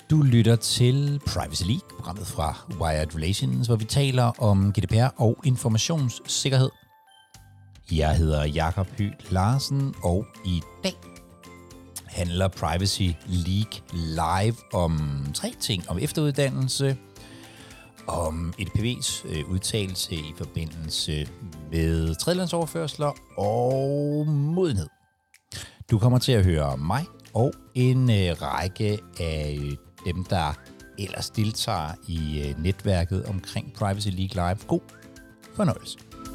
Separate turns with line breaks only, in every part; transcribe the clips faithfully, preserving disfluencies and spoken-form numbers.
Du lytter til Privacy League, programmet fra Wired Relations, hvor vi taler om G D P R og informationssikkerhed. Jeg hedder Jakob Høgh Larsen, og i dag handler Privacy League live om tre ting. Om efteruddannelse, om E D P V's udtalelse i forbindelse med tredjelandsoverførsler og modenhed. Du kommer til at høre mig og en øh, række af dem, der ellers deltager i øh, netværket omkring Privacy League Live. God fornøjelse.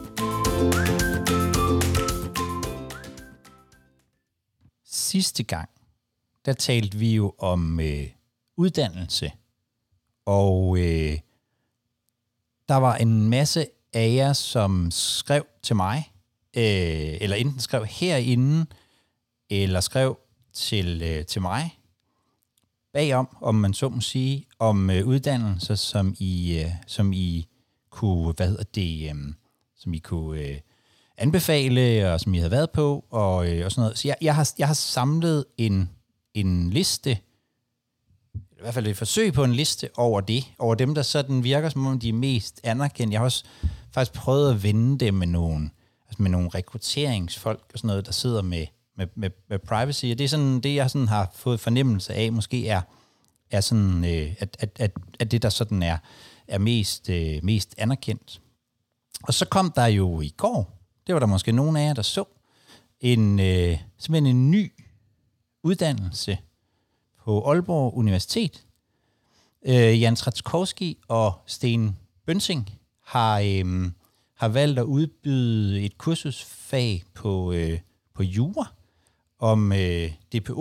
Sidste gang, der talte vi jo om øh, uddannelse, og øh, der var en masse af jer, som skrev til mig, øh, eller enten skrev herinde, eller skrev til, øh, til mig, bagom, om man så må sige, om øh, uddannelser, som I, øh, som I kunne, hvad hedder det, øh, som I kunne øh, anbefale, og som I havde været på, og, øh, og sådan noget. Så jeg, jeg, har, jeg har samlet en, en liste, i hvert fald et forsøg på en liste over det, over dem, der sådan virker, som om de er mest anerkendt. Jeg har også faktisk prøvet at vende det med nogle, altså med nogle rekrutteringsfolk og sådan noget, der sidder med Med, med, med privacy, og det er sådan det, jeg sådan har fået fornemmelse af, måske er, er sådan, øh, at, at, at, at det, der sådan er, er mest, øh, mest anerkendt. Og så kom der jo i går, det var der måske nogen af jer, der så, en, øh, simpelthen en ny uddannelse på Aalborg Universitet. Øh, Jan Trzaskowski og Sten Bønsing har, øh, har valgt at udbyde et kursusfag på, øh, på jura, om øh, D P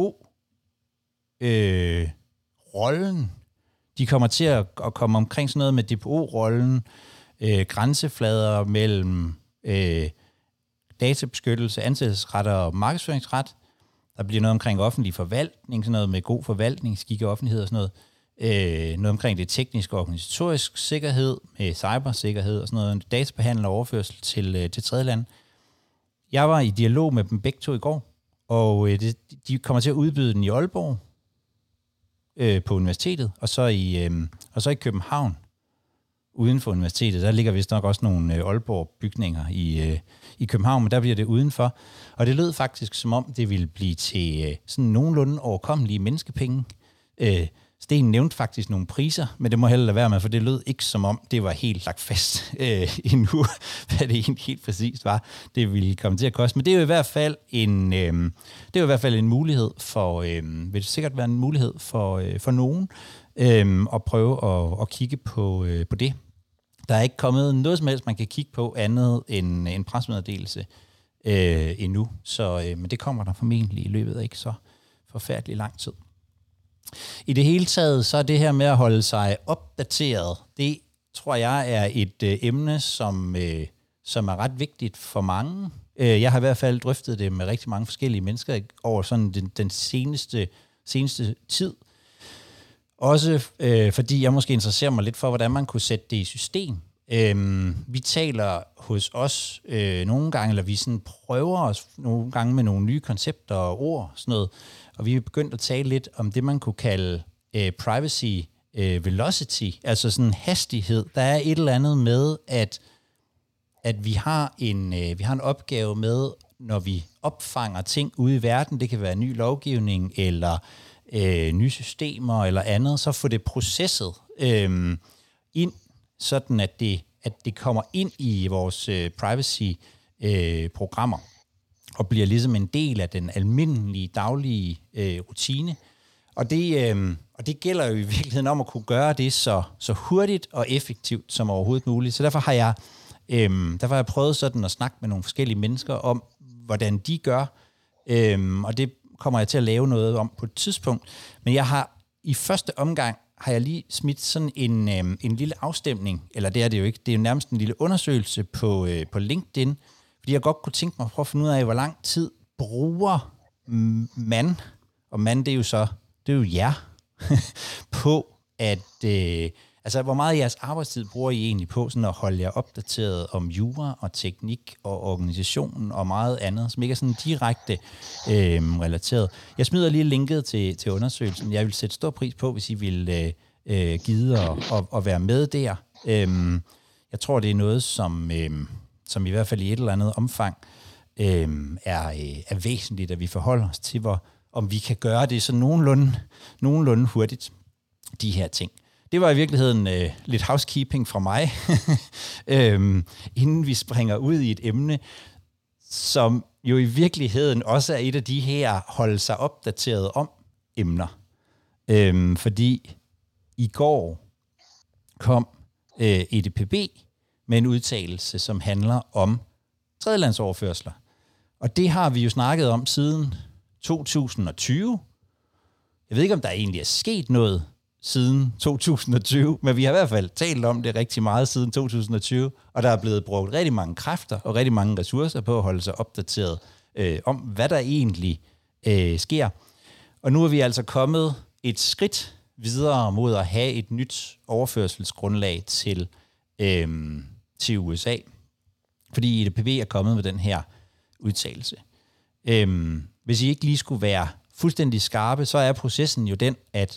O-rollen. Øh, de kommer til at, at komme omkring sådan noget med D P O-rollen, øh, grænseflader mellem øh, databeskyttelse, ansættelsesret og markedsføringsret. Der bliver noget omkring offentlig forvaltning, sådan noget med god forvaltning, skik og offentlighed og sådan noget. Øh, noget omkring det tekniske og organisatorisk sikkerhed, med cybersikkerhed og sådan noget. Databehandler og overførsel til, øh, til tredjeland. Jeg var i dialog med dem begge to i går, og øh, det, de kommer til at udbyde den i Aalborg øh, på universitetet, og så, i, øh, og så i København uden for universitetet. Der ligger vist nok også nogle øh, Aalborg-bygninger i, øh, i København, men der bliver det udenfor. Og det lød faktisk, som om det ville blive til øh, sådan nogenlunde overkommelige menneskepenge. Øh, Sten nævnte faktisk nogle priser, men det må heller lade være med, for det lød ikke som om, det var helt lagt fast øh, endnu, hvad det egentlig helt præcist var, det ville komme til at koste. Men det er jo i hvert fald en, øh, det er jo i hvert fald en mulighed for, øh, vil det sikkert være en mulighed for, øh, for nogen øh, at prøve at, at kigge på, øh, på det. Der er ikke kommet noget som helst, man kan kigge på andet end en pressemeddelelse øh, endnu, så, øh, men det kommer der formentlig i løbet af ikke så forfærdelig lang tid. I det hele taget, så er det her med at holde sig opdateret, det tror jeg er et øh, emne, som, øh, som er ret vigtigt for mange. Øh, jeg har i hvert fald drøftet det med rigtig mange forskellige mennesker over sådan den, den seneste, seneste tid. Også øh, fordi jeg måske interesserer mig lidt for, hvordan man kunne sætte det i system. Øh, vi taler hos os øh, nogle gange, eller vi sådan prøver os nogle gange med nogle nye koncepter og ord, sådan noget. Og vi er begyndt at tale lidt om det, man kunne kalde øh, privacy øh, velocity, altså sådan hastighed. Der er et eller andet med, at, at vi, har en, øh, vi har en opgave med, når vi opfanger ting ude i verden, det kan være ny lovgivning, eller øh, nye systemer, eller andet, så får det processet øh, ind, sådan at det, at det kommer ind i vores øh, privacy-programmer. Øh, og bliver ligesom en del af den almindelige, daglige øh, rutine. Og det, øh, og det gælder jo i virkeligheden om at kunne gøre det så, så hurtigt og effektivt som overhovedet muligt. Så derfor har jeg, øh, derfor har jeg prøvet sådan at snakke med nogle forskellige mennesker om, hvordan de gør. Øh, og det kommer jeg til at lave noget om på et tidspunkt. Men jeg har i første omgang, har jeg lige smidt sådan en, øh, en lille afstemning, eller det er det jo ikke, det er jo nærmest en lille undersøgelse på, øh, på LinkedIn, fordi jeg godt kunne tænke mig at prøve at finde ud af, hvor lang tid bruger man, og man det er jo så, det er jo jer, på at, øh, Altså, hvor meget af jeres arbejdstid bruger I egentlig på sådan at holde jer opdateret om jura og teknik og organisationen og meget andet, som ikke er sådan direkte øh, relateret? Jeg smider lige linket til, til undersøgelsen. Jeg vil sætte stor pris på, hvis I vil øh, øh, gide at, at, at være med der. Øh, jeg tror, det er noget, som, øh, som i hvert fald i et eller andet omfang øh, er, øh, er væsentligt, at vi forholder os til, hvor, om vi kan gøre det så nogenlunde, nogenlunde hurtigt, de her ting. Det var i virkeligheden øh, lidt housekeeping fra mig, øhm, inden vi springer ud i et emne, som jo i virkeligheden også er et af de her holde sig opdateret om emner. Øhm, fordi i går kom øh, E D P B med en udtalelse, som handler om tredjelandsoverførsler. Og det har vi jo snakket om siden to tusind og tyve. Jeg ved ikke, om der egentlig er sket noget siden to tusind og tyve, men vi har i hvert fald talt om det rigtig meget siden to tusind og tyve, og der er blevet brugt rigtig mange kræfter og rigtig mange ressourcer på at holde sig opdateret øh, om, hvad der egentlig øh, sker. Og nu er vi altså kommet et skridt videre mod at have et nyt overførselsgrundlag til, øh, til U S A, fordi E D P B er kommet med den her udtalelse. Øh, hvis I ikke lige skulle være fuldstændig skarpe, så er processen jo den, at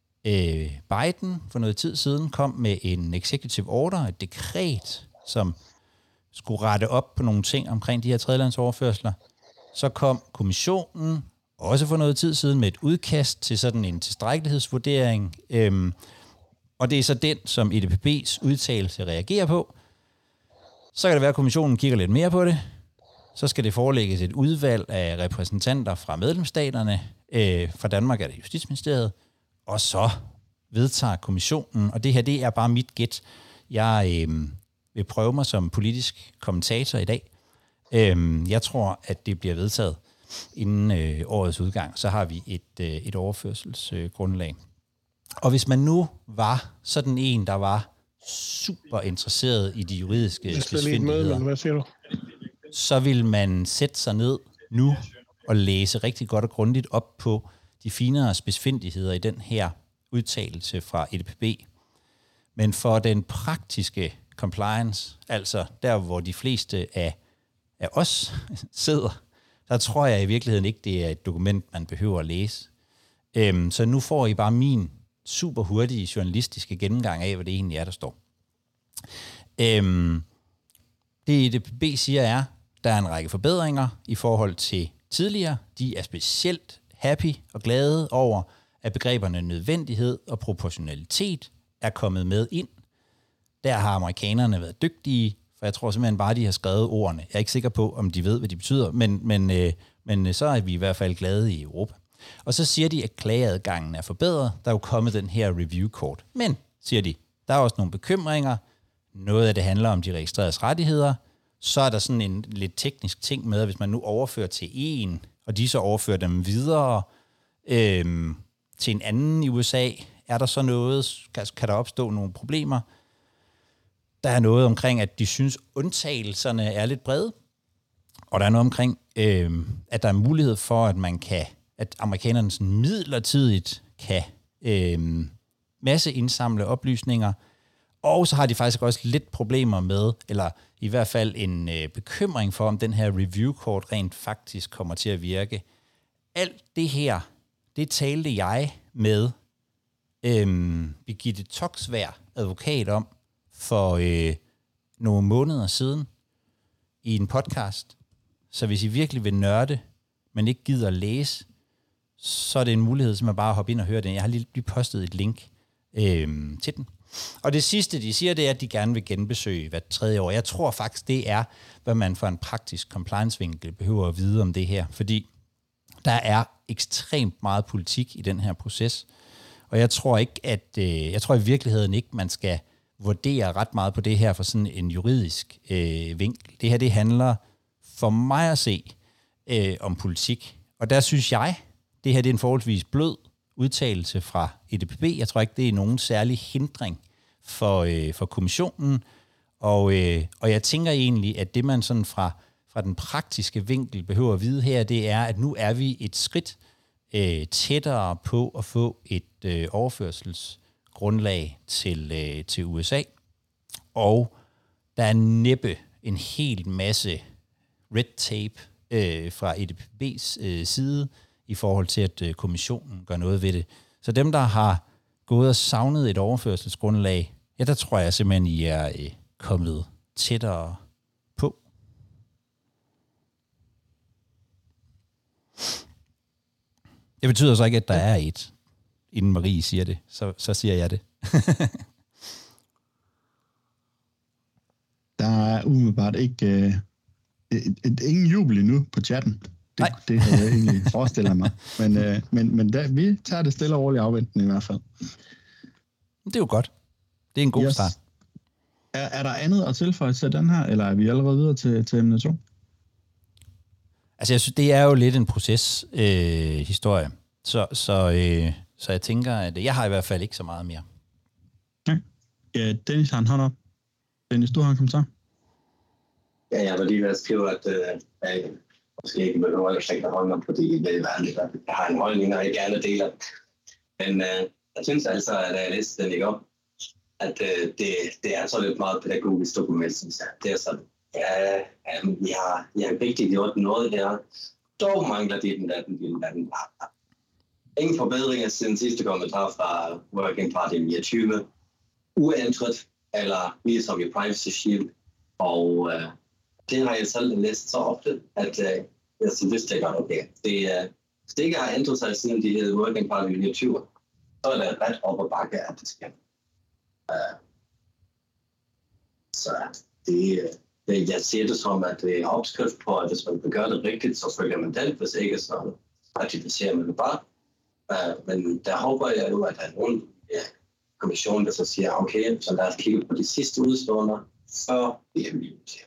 Biden for noget tid siden kom med en executive order, et dekret, som skulle rette op på nogle ting omkring de her tredjelandsoverførsler. Så kom kommissionen, også for noget tid siden, med et udkast til sådan en tilstrækkelighedsvurdering. Øhm, og det er så den, som E D P B's udtalelse reagerer på. Så kan det være, at kommissionen kigger lidt mere på det. Så skal det forelægges et udvalg af repræsentanter fra medlemsstaterne. Øh, fra Danmark er det Justitsministeriet. Og så vedtager kommissionen, og det her, det er bare mit gæt. Jeg øh, vil prøve mig som politisk kommentator i dag. Øh, jeg tror, at det bliver vedtaget inden øh, årets udgang. Så har vi et, øh, et overførselsgrundlag. Øh, og hvis man nu var sådan en, der var super interesseret i de juridiske spidsfindigheder,
hvad siger du?
så vil man sætte sig ned nu og læse rigtig godt og grundigt op på de finere spidsfindigheder i den her udtalelse fra E D P B. Men for den praktiske compliance, altså der, hvor de fleste af, af os sidder, der tror jeg i virkeligheden ikke, det er et dokument, man behøver at læse. Øhm, så nu får I bare min super hurtige journalistiske gennemgang af, hvad det egentlig er, der står. Øhm, det E D P B siger er, der er en række forbedringer i forhold til tidligere. De er specielt happy og glade over, at begreberne nødvendighed og proportionalitet er kommet med ind. Der har amerikanerne været dygtige, for jeg tror simpelthen bare, de har skrevet ordene. Jeg er ikke sikker på, om de ved, hvad de betyder, men, men, øh, men så er vi i hvert fald glade i Europa. Og så siger de, at klageadgangen er forbedret. Der er jo kommet den her review-kort. Men, siger de, der er også nogle bekymringer. Noget af det handler om de registreredes rettigheder. Så er der sådan en lidt teknisk ting med, at hvis man nu overfører til en, og de så overfører dem videre øhm, til en anden i U S A, er der så noget, kan, kan der opstå nogle problemer? Der er noget omkring, at de synes, undtagelserne er lidt brede, og der er noget omkring, øhm, at der er mulighed for, at man kan, at amerikanerne sådan midlertidigt kan øhm, masse indsamle oplysninger, og så har de faktisk også lidt problemer med, eller i hvert fald en øh, bekymring for, om den her review-kort rent faktisk kommer til at virke. Alt det her, det talte jeg med øhm, Birgitte Toksvær, advokat, om for øh, nogle måneder siden i en podcast. Så hvis I virkelig vil nørde, men ikke gider at læse, så er det en mulighed, som man bare hopper ind og hører den. Jeg har lige, lige postet et link øh, til den. Og det sidste, de siger, det er, at de gerne vil genbesøge hvert tredje år. Jeg tror faktisk, det er, hvad man for en praktisk compliance-vinkel behøver at vide om det her. Fordi der er ekstremt meget politik i den her proces. Og jeg tror ikke, at øh, jeg tror i virkeligheden ikke, man skal vurdere ret meget på det her fra sådan en juridisk øh, vinkel. Det her, det handler for mig at se øh, om politik. Og der synes jeg, det her det er en forholdsvis blød udtalelse fra E D P B. Jeg tror ikke, det er nogen særlig hindring for, øh, for kommissionen. Og, øh, og jeg tænker egentlig, at det man sådan fra, fra den praktiske vinkel behøver at vide her, det er, at nu er vi et skridt øh, tættere på at få et øh, overførsels grundlag til, øh, til U S A, og der er næppe en hel masse red tape øh, fra E D P B's øh, side i forhold til, at øh, kommissionen gør noget ved det. Så dem, der har gået og savnet et overførselsgrundlag, ja, der tror jeg simpelthen, I er øh, kommet tættere på. Det betyder så ikke, at der er et, inden Marie siger det. Så, så siger jeg det.
Der er umiddelbart ikke øh, et, et, ingen jubel endnu på chatten. Det, det havde jeg egentlig forestillet mig. Men, øh, men, men der, vi tager det stille og roligt afventende i hvert fald.
Det er jo godt. Det er en god yes. start.
Er, er der andet at tilføje til den her, eller er vi allerede videre til, til emne to?
Altså, jeg synes, det er jo lidt en proceshistorie. Øh, historie. så, så, øh, så jeg tænker, at jeg har i hvert fald ikke så meget mere.
Okay. Ja, Dennis har en hånd op. Dennis, du har en kommentar?
Ja, jeg var lige ved at skrive, at øh, jeg måske ikke behøver at lægge hånden op, fordi det er vanligt, at jeg har en holdning, og jeg gerne deler. Men øh, jeg synes altså, at jeg læste den ikke op, at øh, det, det er så lidt meget pædagogisk dokument, synes jeg. Det er sådan, ja, ja vi har, vi har vigtigt gjort noget her, dog mangler de den anden, den anden. Ingen forbedringer siden sidste kommentar fra Working Party niogtyve, uændret, eller ligesom i Privacy Shield, og øh, det har jeg selv læst så ofte, at øh, jeg så vidste jeg godt, okay, det, øh, hvis det ikke har ændret sig siden de hed Working Party niogtyve, så er det ret op og bakke, at det sker. Uh, så det, det, jeg ser det som, at det er opskrift på, at hvis man gør det rigtigt, så følger man den, hvis ikke, så ratificerer man det bare. Uh, men der håber jeg jo, at der er nogen ja, kommission, der så siger, okay, så lad os kigge på de sidste udstående, så bliver vi til.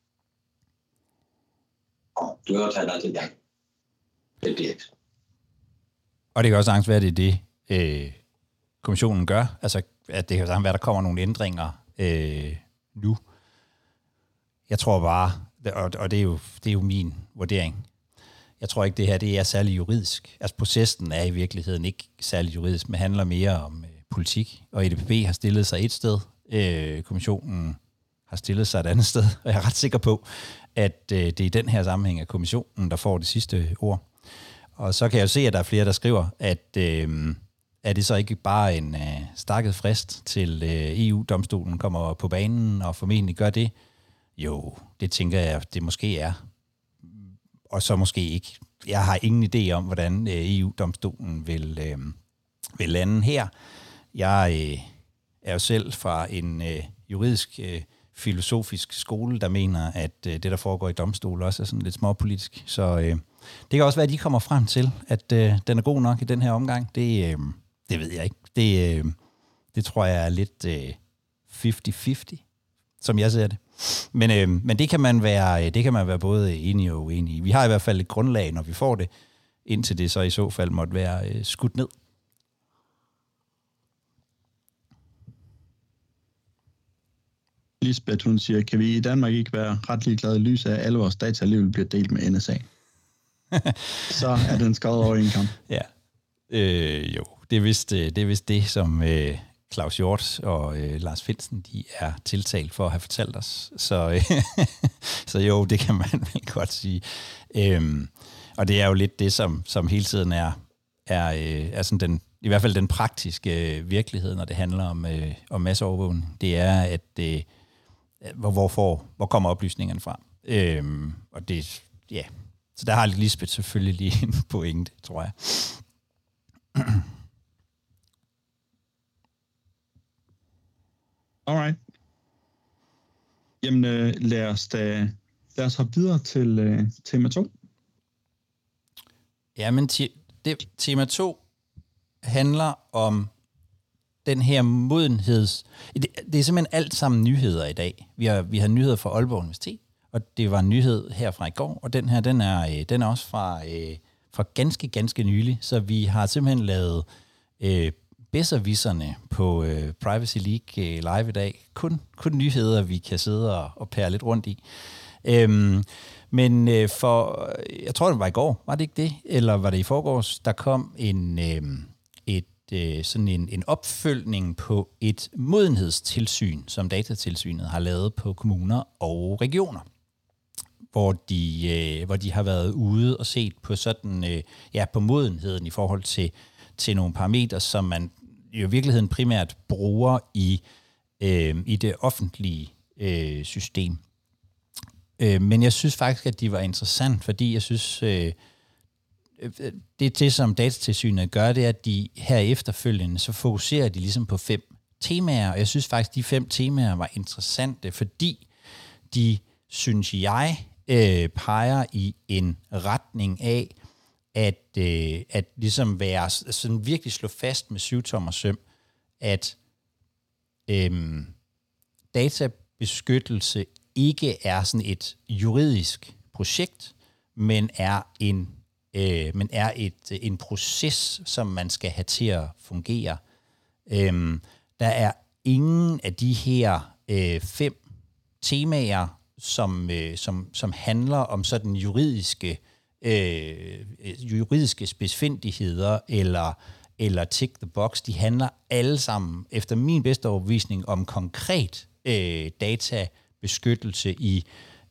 Og du har taget det, ja. Det er det.
Og det kan også sagtens være, det er det, øh, kommissionen gør. Altså, at det kan sagtens være, der kommer nogle ændringer øh, nu. Jeg tror bare, og, og det, er jo, det er jo min vurdering, jeg tror ikke, det her det er særlig juridisk. Altså, processen er i virkeligheden ikke særlig juridisk, men handler mere om øh, politik. Og E D P B har stillet sig et sted, øh, kommissionen har stillet sig et andet sted, og jeg er ret sikker på, at øh, det er i den her sammenhæng af kommissionen, der får det sidste ord. Og så kan jeg jo se, at der er flere, der skriver, at øh, er det så ikke bare en øh, stakket frist til øh, E U-domstolen kommer på banen og formentlig gør det? Jo, det tænker jeg, det måske er. Og så måske ikke. Jeg har ingen idé om, hvordan øh, E U-domstolen vil, øh, vil lande her. Jeg øh, er jo selv fra en øh, juridisk øh, filosofisk skole, der mener, at øh, det, der foregår i domstol, også er sådan lidt småpolitisk. Så øh, det kan også være, at de kommer frem til, at øh, den er god nok i den her omgang. Det, øh, det ved jeg ikke. Det, øh, det tror jeg er lidt øh, halvtreds halvtreds, som jeg ser det. Men, øh, men det, kan man være, det kan man være både enig og uenig i. Vi har i hvert fald et grundlag, når vi får det, indtil det så i så fald måtte være øh, skudt ned.
Lisbeth, hun siger, kan vi i Danmark ikke være ret ligeglade i lys af, at alle vores data alligevel bliver delt med N S A? Så er den skrevet over i en kamp.
Ja, øh, jo. Det er vist det, er vist det som øh, Claus Hjort og øh, Lars Findsen, de er tiltalt for at have fortalt os. Så, øh, så jo, det kan man vel godt sige. Øhm, og det er jo lidt det, som, som hele tiden er, er, øh, er sådan den, i hvert fald den praktiske øh, virkelighed, når det handler om, øh, om masseovervågning. Det er, at øh, hvor, hvor, får, hvor kommer oplysningerne fra? Øhm, og det, ja, så der har Lisbeth selvfølgelig lige en pointe, tror jeg.
Alright. Jamen, øh, lad os da, lad os hoppe videre til øh, tema to.
Jamen, te, det, tema to handler om den her modenheds... Det, det er simpelthen alt sammen nyheder i dag. Vi har, vi har nyheder fra Aalborg Universitet, og det var en nyhed her fra i går, og den her, den er, den er også fra, øh, fra ganske, ganske nylig, så vi har simpelthen lavet øh, bedservisserne på øh, Privacy League øh, live i dag. Kun, kun nyheder, vi kan sidde og, og pære lidt rundt i. Øhm, men øh, for, jeg tror det var i går, var det ikke det? Eller var det i forgårs, der kom en, øh, et øh, sådan en, en opfølgning på et modenhedstilsyn, som Datatilsynet har lavet på kommuner og regioner, hvor de, øh, hvor de har været ude og set på sådan, øh, ja, på modenheden i forhold til, til nogle parametre, som man jo i virkeligheden primært bruger i, øh, i det offentlige øh, system. Øh, men jeg synes faktisk, at de var interessant, fordi jeg synes, øh, det, det som Datatilsynet gør, det er, at de her efterfølgende, så fokuserer de ligesom på fem temaer, og jeg synes faktisk, de fem temaer var interessante, fordi de, synes jeg, øh, peger i en retning af, at, øh, at ligesom være, sådan virkelig slå fast med syvtommer søm, at øh, databeskyttelse ikke er sådan et juridisk projekt, men er en øh, men er et en proces, som man skal have til at fungere. Øh, der er ingen af de her øh, fem temaer, som øh, som som handler om sådan juridiske øh, juridiske spidsfindigheder eller eller tick the box. De handler alle sammen efter min bedste overbevisning om konkret øh, data beskyttelse i,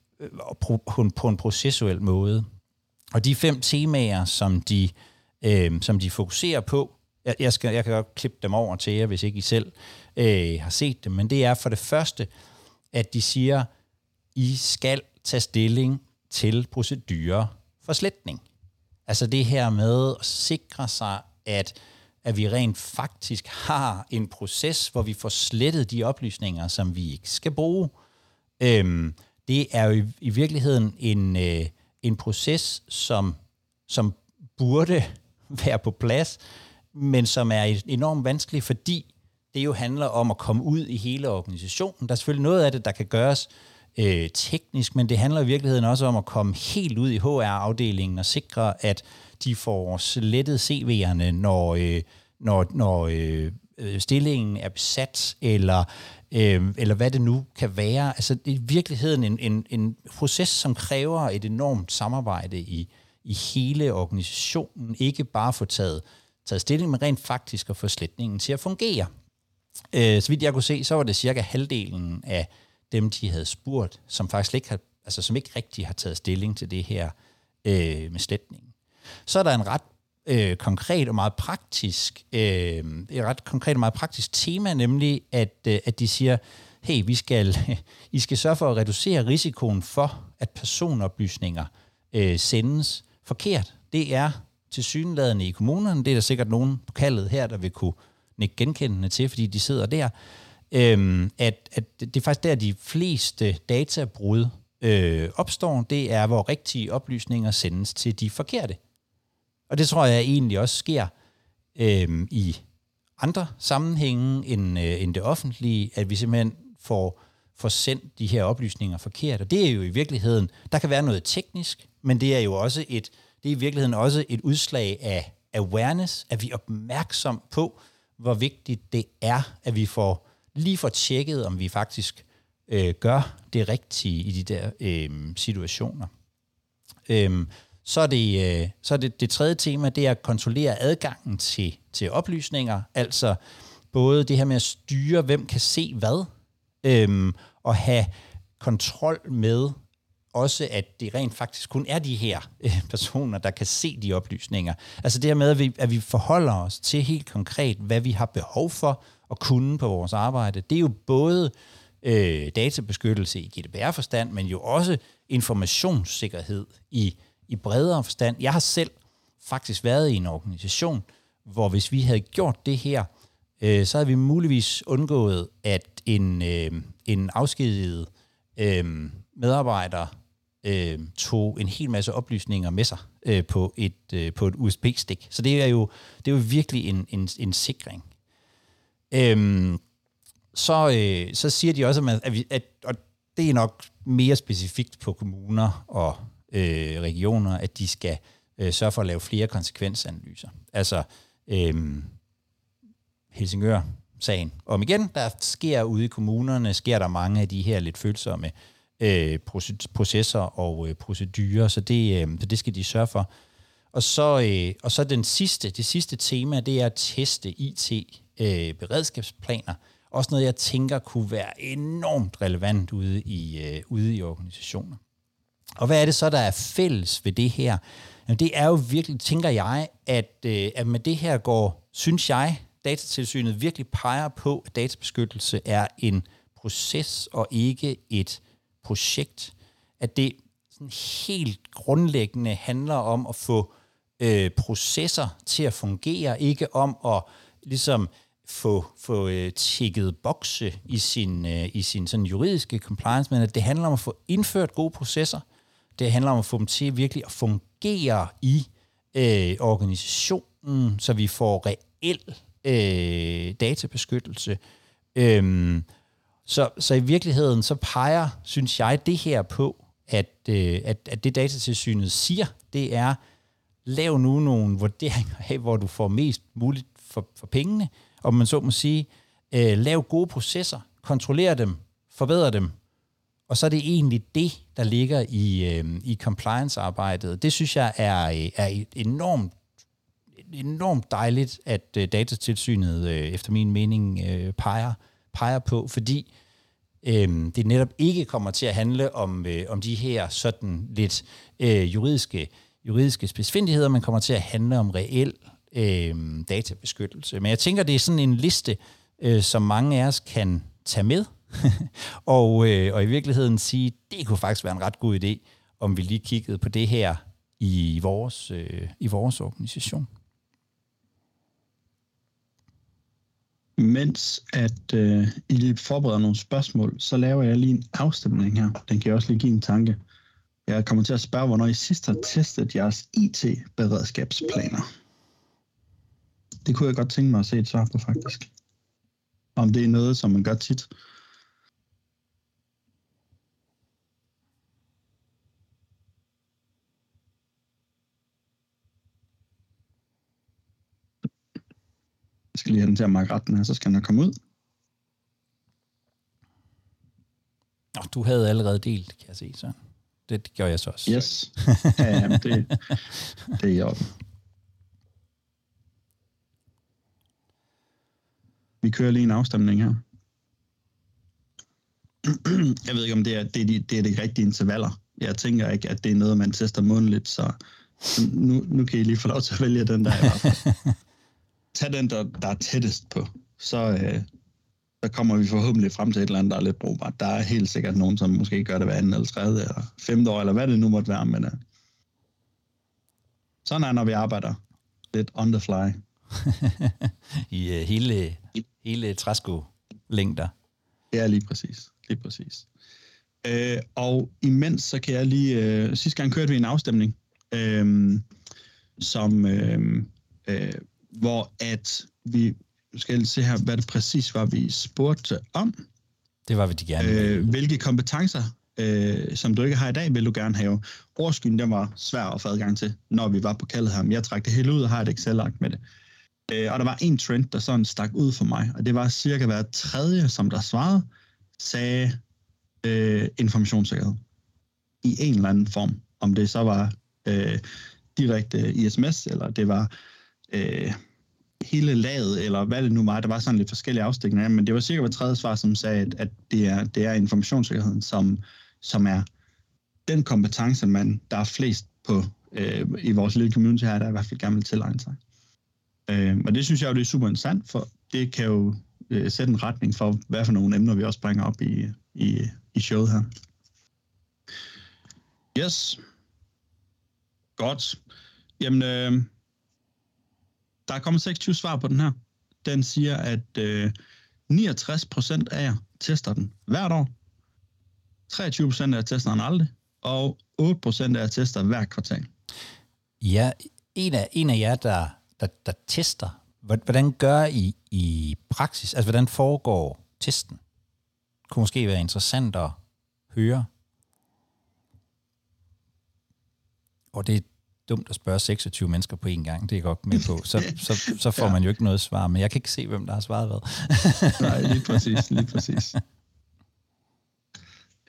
på, på en processuel måde. Og de fem temaer, som de, øh, som de fokuserer på, jeg, jeg, skal, jeg kan godt klippe dem over til jer, hvis ikke I selv øh, har set dem, men det er for det første, at de siger, I skal tage stilling til procedurer for sletning. Altså det her med at sikre sig, at, at vi rent faktisk har en proces, hvor vi får slettet de oplysninger, som vi ikke skal bruge. Øhm, det er jo i, i virkeligheden en, øh, en proces, som, som burde være på plads, men som er enormt vanskelig, fordi det jo handler om at komme ud i hele organisationen. Der er selvfølgelig noget af det, der kan gøres øh, teknisk, men det handler i virkeligheden også om at komme helt ud i H R-afdelingen og sikre, at de får slettet C V'erne, når, øh, når, når øh, stillingen er besat, eller Øh, eller hvad det nu kan være. Altså det er i virkeligheden en, en, en proces, som kræver et enormt samarbejde i, i hele organisationen. Ikke bare få taget, taget stilling, men rent faktisk at få sletningen til at fungere. Øh, så vidt jeg kunne se, så var det cirka halvdelen af dem, de havde spurgt, som faktisk ikke har, altså som ikke rigtig har taget stilling til det her øh, med sletningen. Så er der en ret Øh, konkret og meget praktisk, øh, et ret konkret og meget praktisk tema, nemlig at, øh, at de siger, hey, vi skal, I skal sørge for at reducere risikoen for, at personoplysninger øh, sendes forkert. Det er tilsyneladende i kommunerne, det er der sikkert nogen på kaldet her, der vil kunne nikke genkendende til, fordi de sidder der, øh, at, at det er faktisk der, de fleste databrud øh, opstår, det er, hvor rigtige oplysninger sendes til de forkerte. Og det tror jeg egentlig også sker øh, i andre sammenhænge end, øh, end det offentlige, at vi simpelthen får, får sendt de her oplysninger forkert. Og det er jo i virkeligheden, der kan være noget teknisk, men det er jo også et, det er i virkeligheden også et udslag af awareness, at vi er opmærksom på, hvor vigtigt det er, at vi får lige får tjekket, om vi faktisk øh, gør det rigtige i de der øh, situationer. Øh, Så er, det, så er det, det tredje tema, det er at kontrollere adgangen til, til oplysninger, altså både det her med at styre, hvem kan se hvad, øhm, og have kontrol med også, at det rent faktisk kun er de her øh, personer, der kan se de oplysninger. Altså det her med, at vi, at vi forholder os til helt konkret, hvad vi har behov for at kunne på vores arbejde. Det er jo både øh, databeskyttelse i G D P R-forstand, men jo også informationssikkerhed i i bredere forstand. Jeg har selv faktisk været i en organisation, hvor hvis vi havde gjort det her, øh, så havde vi muligvis undgået, at en, øh, en afskediget øh, medarbejder øh, tog en hel masse oplysninger med sig øh, på et, øh, på et U S B-stik. Så det er jo, det er jo virkelig en, en, en sikring. Øh, så, øh, så siger de også, at, vi, at og det er nok mere specifikt på kommuner og Øh, regioner, at de skal øh, sørge for at lave flere konsekvensanalyser. Altså øh, Helsingør-sagen. Om igen, der sker ude i kommunerne, sker der mange af de her lidt følsomme øh, processer og øh, procedurer, så det, øh, så det skal de sørge for. Og så, øh, og så den sidste, det sidste tema, det er at teste I T-beredskabsplaner. Også noget, jeg tænker kunne være enormt relevant ude i, øh, ude i organisationer. Og hvad er det så, der er fælles ved det her? Jamen, det er jo virkelig, tænker jeg, at, øh, at med det her går, synes jeg, Datatilsynet virkelig peger på, at databeskyttelse er en proces og ikke et projekt. At det sådan helt grundlæggende handler om at få øh, processer til at fungere, ikke om at ligesom få, få øh, tjekket bokse i sin, øh, i sin sådan juridiske compliance, men at det handler om at få indført gode processer. Det handler om at få dem til virkelig at fungere i øh, organisationen, så vi får reel øh, databeskyttelse. Øhm, så, så i virkeligheden så peger, synes jeg, det her på, at, øh, at, at det Datatilsynet siger, det er, lav nu nogle vurderinger af, hvor du får mest muligt for, for pengene, og man så må sige, øh, lav gode processer, kontroller dem, forbedre dem, og så er det egentlig det, der ligger i, øh, i compliance-arbejdet. Det synes jeg er, er enormt, enormt dejligt, at øh, Datatilsynet øh, efter min mening øh, peger, peger på, fordi øh, det netop ikke kommer til at handle om, øh, om de her sådan lidt øh, juridiske, juridiske spidsfindigheder, man kommer til at handle om reel øh, databeskyttelse. Men jeg tænker, det er sådan en liste, øh, som mange af os kan tage med, og, øh, og i virkeligheden sige, det kunne faktisk være en ret god idé, om vi lige kiggede på det her i vores, øh, i vores organisation.
Mens at øh, I lige forbereder nogle spørgsmål, så laver jeg lige en afstemning her. Den kan jeg også lige give en tanke. Jeg kommer til at spørge, hvornår I sidst har testet jeres I T-beredskabsplaner. Det kunne jeg godt tænke mig at se et svar på, faktisk. Om det er noget, som man gør tit. Jeg skal lige have den til at markere retten her, så skal den komme ud.
Nå, du havde allerede delt, kan jeg se, så det gjorde jeg så også.
Yes, ja, jamen, det, det er i orden. Vi kører lige en afstemning her. Jeg ved ikke, om det er, det er, de, det er de rigtige intervaller. Jeg tænker ikke, at det er noget, man tester månedligt, så nu, nu kan I lige få lov til at vælge den der i hvert fald. Tag den, der, der er tættest på. Så, øh, så kommer vi forhåbentlig frem til et eller andet, der er lidt brugbart. Der er helt sikkert nogen, som måske gør det hver anden eller tredje eller femte år, eller hvad det nu måtte være. Men, øh, sådan er, når vi arbejder lidt on the fly.
I uh, hele, hele træsko-længder.
Ja, lige præcis. Lige præcis. Øh, og imens, så kan jeg lige... Øh, sidste gang kørte vi en afstemning, øh, som... Øh, øh, hvor at vi... Nu skal jeg se her, hvad det præcis var, vi spurgte om.
Det var vi de gerne.
Øh, hvilke kompetencer, øh, som du ikke har i dag, vil du gerne have? Overskyen, den var svær at få adgang til, når vi var på kaldet her. Men jeg trak det hele ud og har et Excel-ark med det. Øh, og der var en trend, der sådan stak ud for mig, og det var cirka hver tredje, som der svarede, sagde øh, informationssikkerhed. I en eller anden form. Om det så var øh, direkte i sms, eller det var... Øh, hele laget, eller hvad det nu var, der var sådan lidt forskellige afstikninger, men det var cirka hver tredje svar, som sagde, at, at det, er, det er informationssikkerheden, som, som er den kompetence, man, der er flest på øh, i vores lille community her, der i hvert fald gerne vil tilegne sig. Øh, og det synes jeg jo, det er super interessant, for det kan jo øh, sætte en retning for, hvad for nogle emner, vi også bringer op i, i, i showet her. Yes. Godt. Jamen, øh, der er kommet seksogtyve svar på den her. Den siger, at øh, niogtres procent af jer tester den hvert år. treogtyve procent af jer tester den aldrig. Og otte procent af jer tester hver kvartal.
Ja, en af, en af jer, der, der, der tester, hvordan gør I i praksis? Altså, hvordan foregår testen? Det kunne måske være interessant at høre. Og det dumt at spørge seksogtyve mennesker på en gang, det er jeg godt med på. Så, så, så får ja. man jo ikke noget svar, men jeg kan ikke se, hvem der har svaret hvad.
Nej, lige præcis, lige præcis.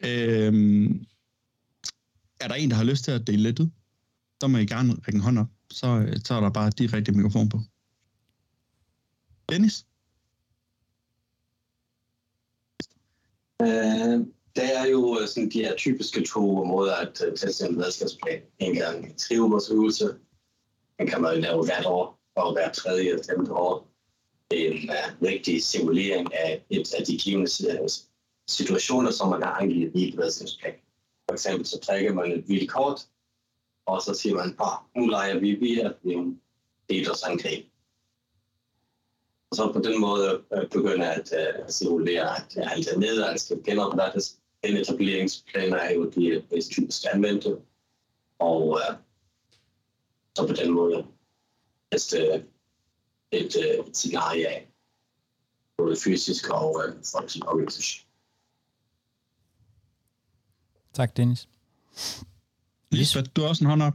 Øhm, er der en, der har lyst til at dele lidt ud? Så må I gerne række en hånd op, så, så er der bare direkte mikrofon på. Dennis?
Uh, det er jo sådan de her typiske to måder at uh, teste en beredskabsplan. En gang en tre-ugersøvelse. Den kan man jo lave hvert år, og hver tredje eller femte år. En uh, rigtig simulering af et af de givende situationer, som man har angivet i et beredskabsplan. For eksempel så trækker man et vildt kort, og så siger man, at nu leger vi, vi er en DDoS-angreb. Og så på den måde øh, begynder at øh, simulere, at øh, alt er nedad skal genoprettes. Den etableringsplaner er jo de mest typisk anvendte. Og øh, så på den måde teste et, et, et scenarie af både fysisk og øh, folkelig organisation.
Tak, Dennis.
Lisbeth, du har også en hånd op.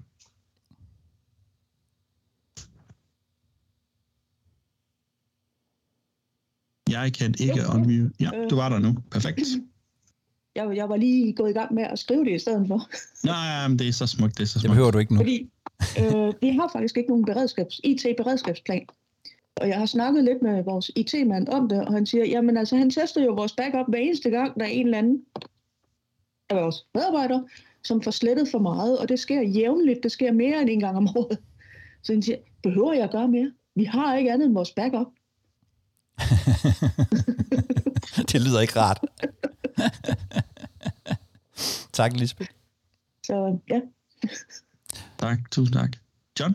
Jeg kan ikke unmute. Ja, du var der nu. Perfekt.
Jeg, jeg var lige gået i gang med at skrive det i stedet for.
Nej, men det er så smukt, det er så smukt.
Det behøver du ikke nu.
Fordi øh, vi har faktisk ikke nogen beredskabs, I T-beredskabsplan. Og jeg har snakket lidt med vores I T-mand om det, og han siger, jamen altså, han tester jo vores backup hver eneste gang, der er en eller anden af vores medarbejdere, som får slettet for meget, og det sker jævnligt, det sker mere end en gang om året. Så han siger, behøver jeg at gøre mere? Vi har ikke andet end vores backup.
Det lyder ikke rart. Tak, Lisbeth.
Så ja.
Tak, tusind tak. John?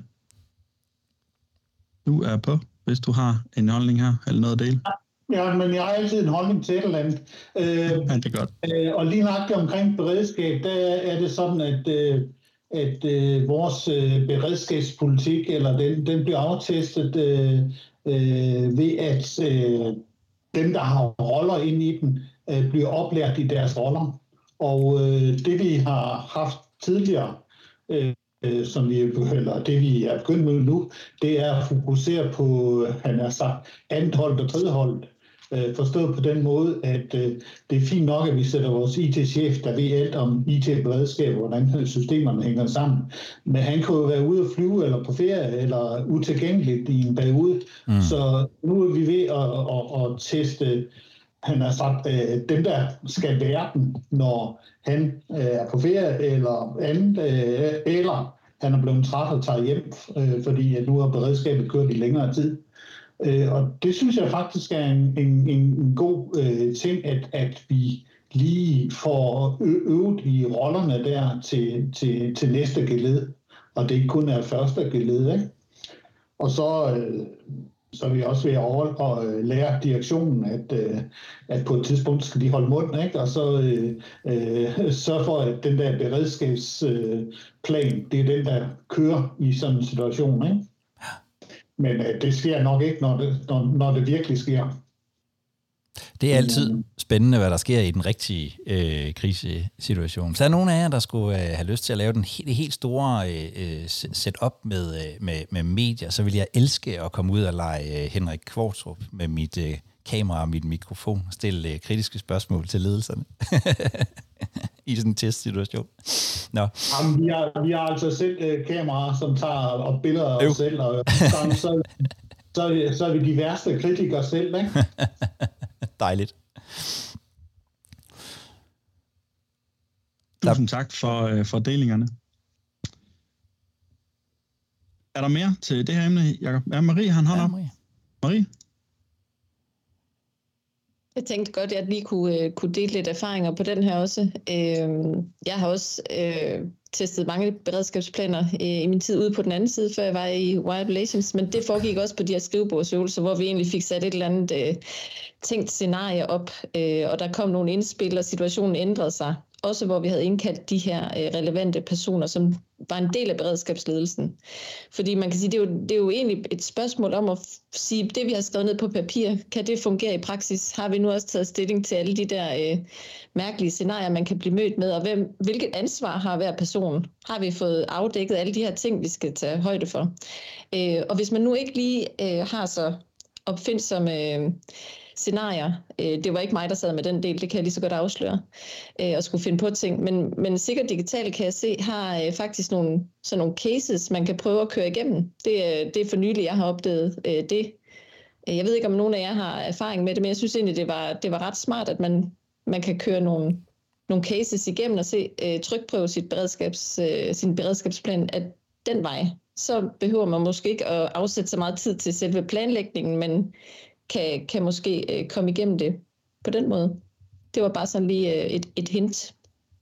Du er på, hvis du har en holdning her, eller noget at dele.
Ja, men jeg har altid en holdning til et eller andet. Øh,
ja, det er godt.
Øh, og lige nøjagtigt omkring beredskab, der er det sådan, at, øh, at øh, vores øh, beredskabspolitik, eller den, den bliver aftestet øh, øh, ved, at øh, dem, der har roller inde i den, øh, bliver oplært i deres roller. Og øh, det, vi har haft tidligere, øh, som vi, eller det vi er begyndt med nu, det er at fokusere på, han har sagt, andenholdet og tredjeholdet. Forstået på den måde, at det er fint nok, at vi sætter vores I T-chef, der ved alt om I T-beredskab, hvordan systemerne hænger sammen. Men han kunne jo være ude at flyve, eller på ferie, eller utilgængeligt i en periode. Mm. Så nu er vi ved at, at, at teste, han har sagt, dem der skal være den, når han er på ferie, eller andet, eller han er blevet træt og tager hjem, fordi nu har beredskabet kørt i længere tid. Øh, og det synes jeg faktisk er en, en, en god øh, ting, at, at vi lige får øvet i rollerne der til, til, til næste geled, og det ikke kun er første geled, ikke? Og så, øh, så er vi også ved at over, og, øh, lære direktionen, at, øh, at på et tidspunkt skal de holde munden, ikke? Og så øh, øh, sørge for, at den der beredskabsplan, øh, det er den, der kører i sådan en situation, ikke? Men øh, det sker nok ikke, når det, når, når det virkelig sker.
Det er altid spændende, hvad der sker i den rigtige øh, krisesituation. Så er der nogen af jer, der skulle øh, have lyst til at lave den helt, helt store øh, setup med, øh, med, med medier, så vil jeg elske at komme ud og lege øh, Henrik Kvartrup med mit øh, kamera og mit mikrofon og stille øh, kritiske spørgsmål til ledelserne. I sådan en testsituation. Nå.
Jamen, vi, har, vi har altså selv øh, kameraer, som tager og billeder af os selv, og så, så, så, så er vi de værste kritikere selv, ikke?
Dejligt.
Tusind tak for, for delingerne. Er der mere til det her emne, Jacob? Ja, Marie, han har ja, Marie. Marie?
Jeg tænkte godt, at jeg lige kunne, kunne dele lidt erfaringer på den her også. Jeg har også øh, testet mange beredskabsplaner i min tid ude på den anden side, før jeg var i Wired Relations, men det foregik også på de her skrivebordsøvelser, hvor vi egentlig fik sat et eller andet øh, tænkt scenarie op, øh, og der kom nogle indspil, og situationen ændrede sig. Også hvor vi havde indkaldt de her øh, relevante personer, som var en del af beredskabsledelsen. Fordi man kan sige, det er jo, det er jo egentlig et spørgsmål om at sige, det vi har skrevet ned på papir, kan det fungere i praksis? Har vi nu også taget stilling til alle de der øh, mærkelige scenarier, man kan blive mødt med, og hvem, hvilket ansvar har hver person? Har vi fået afdækket alle de her ting, vi skal tage højde for? Øh, og hvis man nu ikke lige øh, har så opfindsomme øh, scenarier. Øh, det var ikke mig, der sad med den del, det kan jeg lige så godt afsløre, øh, og skulle finde på ting. Men, men Sikkert Digital, kan jeg se, har øh, faktisk nogle, sådan nogle cases, man kan prøve at køre igennem. Det, øh, det er for nylig, jeg har opdaget øh, det. Jeg ved ikke, om nogen af jer har erfaring med det, men jeg synes egentlig, det var, det var ret smart, at man, man kan køre nogle, nogle cases igennem og se, øh, trykprøve sit beredskabs, øh, sin beredskabsplan af den vej. Så behøver man måske ikke at afsætte så meget tid til selve planlægningen, men kan, kan måske øh, komme igennem det på den måde. Det var bare sådan lige øh, et, et hint.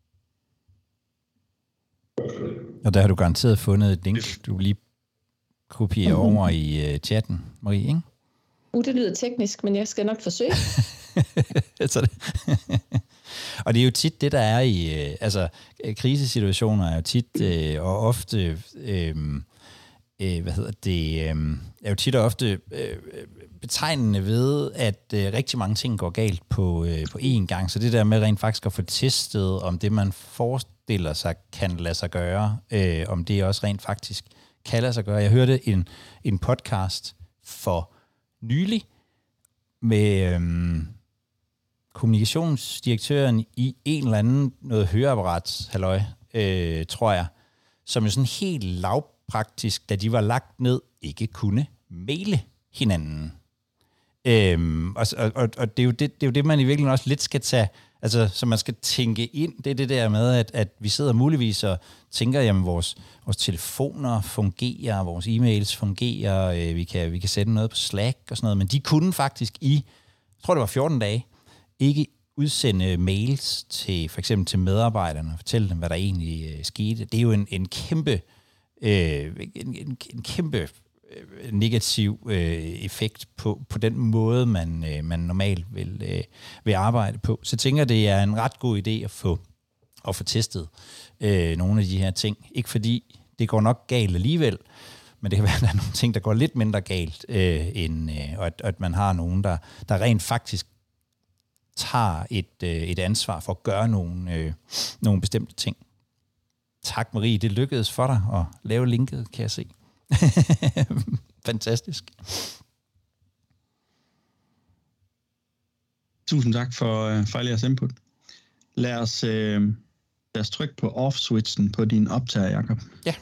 Og der har du garanteret fundet et link, du lige kopierer mm-hmm. over i uh, chatten, Marie, ikke?
Uh, det lyder teknisk, men jeg skal nok forsøge.
Så det. Og det er jo tit det, der er i... Øh, altså, krisesituationer er jo tit øh, og ofte... Øh, øh, hvad hedder det? Øh, er jo tit og ofte øh, betegnende ved, at øh, rigtig mange ting går galt på, øh, på én gang. Så det der med rent faktisk at få testet, om det, man forestiller sig, kan lade sig gøre, øh, om det også rent faktisk kan lade sig gøre. Jeg hørte en, en podcast for nylig med øhm, kommunikationsdirektøren i en eller anden noget høreapparat, halløj, øh, tror jeg, som jo sådan helt lavpraktisk, da de var lagt ned, ikke kunne maile hinanden. Øhm, og, og, og det, er jo det, det er jo det, man i virkeligheden også lidt skal tage, altså, så man skal tænke ind, det er det der med, at, at vi sidder muligvis og tænker, jamen vores, vores telefoner fungerer, vores e-mails fungerer, øh, vi, kan, vi kan sætte noget på Slack og sådan noget, men de kunne faktisk i, jeg tror det var fjorten dage, ikke udsende mails til for eksempel til medarbejderne og fortælle dem, hvad der egentlig øh, skete. Det er jo en, en kæmpe, øh, en, en, en kæmpe negativ øh, effekt på, på den måde, man, øh, man normalt vil, øh, vil arbejde på. Så jeg tænker, det er en ret god idé at få, at få testet øh, nogle af de her ting. Ikke fordi det går nok galt alligevel, men det kan være, at der er nogle ting, der går lidt mindre galt, øh, end, øh, og at, at man har nogen, der, der rent faktisk tager et, øh, et ansvar for at gøre nogle, øh, nogle bestemte ting. Tak, Marie. Det lykkedes for dig at lave linket, kan jeg se. Fantastisk.
Tusind tak for, for al jeres input. Lad os, øh, lad os trykke på off-switchen på din optager, Jakob.
Ja.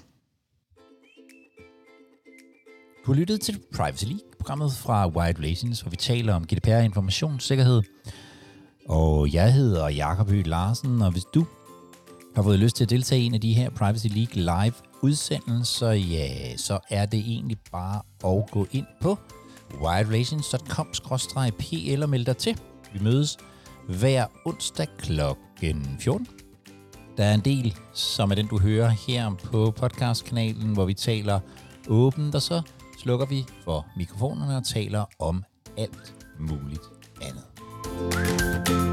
Du har lyttet til Privacy League, programmet fra Wired Relations, hvor vi taler om G D P R, informationssikkerhed. Og jeg hedder Jakob Høgh Larsen, og hvis du har fået lyst til at deltage i en af de her Privacy League live udsendelser, ja, så er det egentlig bare at gå ind på wired relations punktum com skråstreg p l og melde dig til. Vi mødes hver onsdag klokken fjorten. Der er en del, som er den, du hører her på podcastkanalen, hvor vi taler åbent, og så slukker vi for mikrofonerne og taler om alt muligt andet.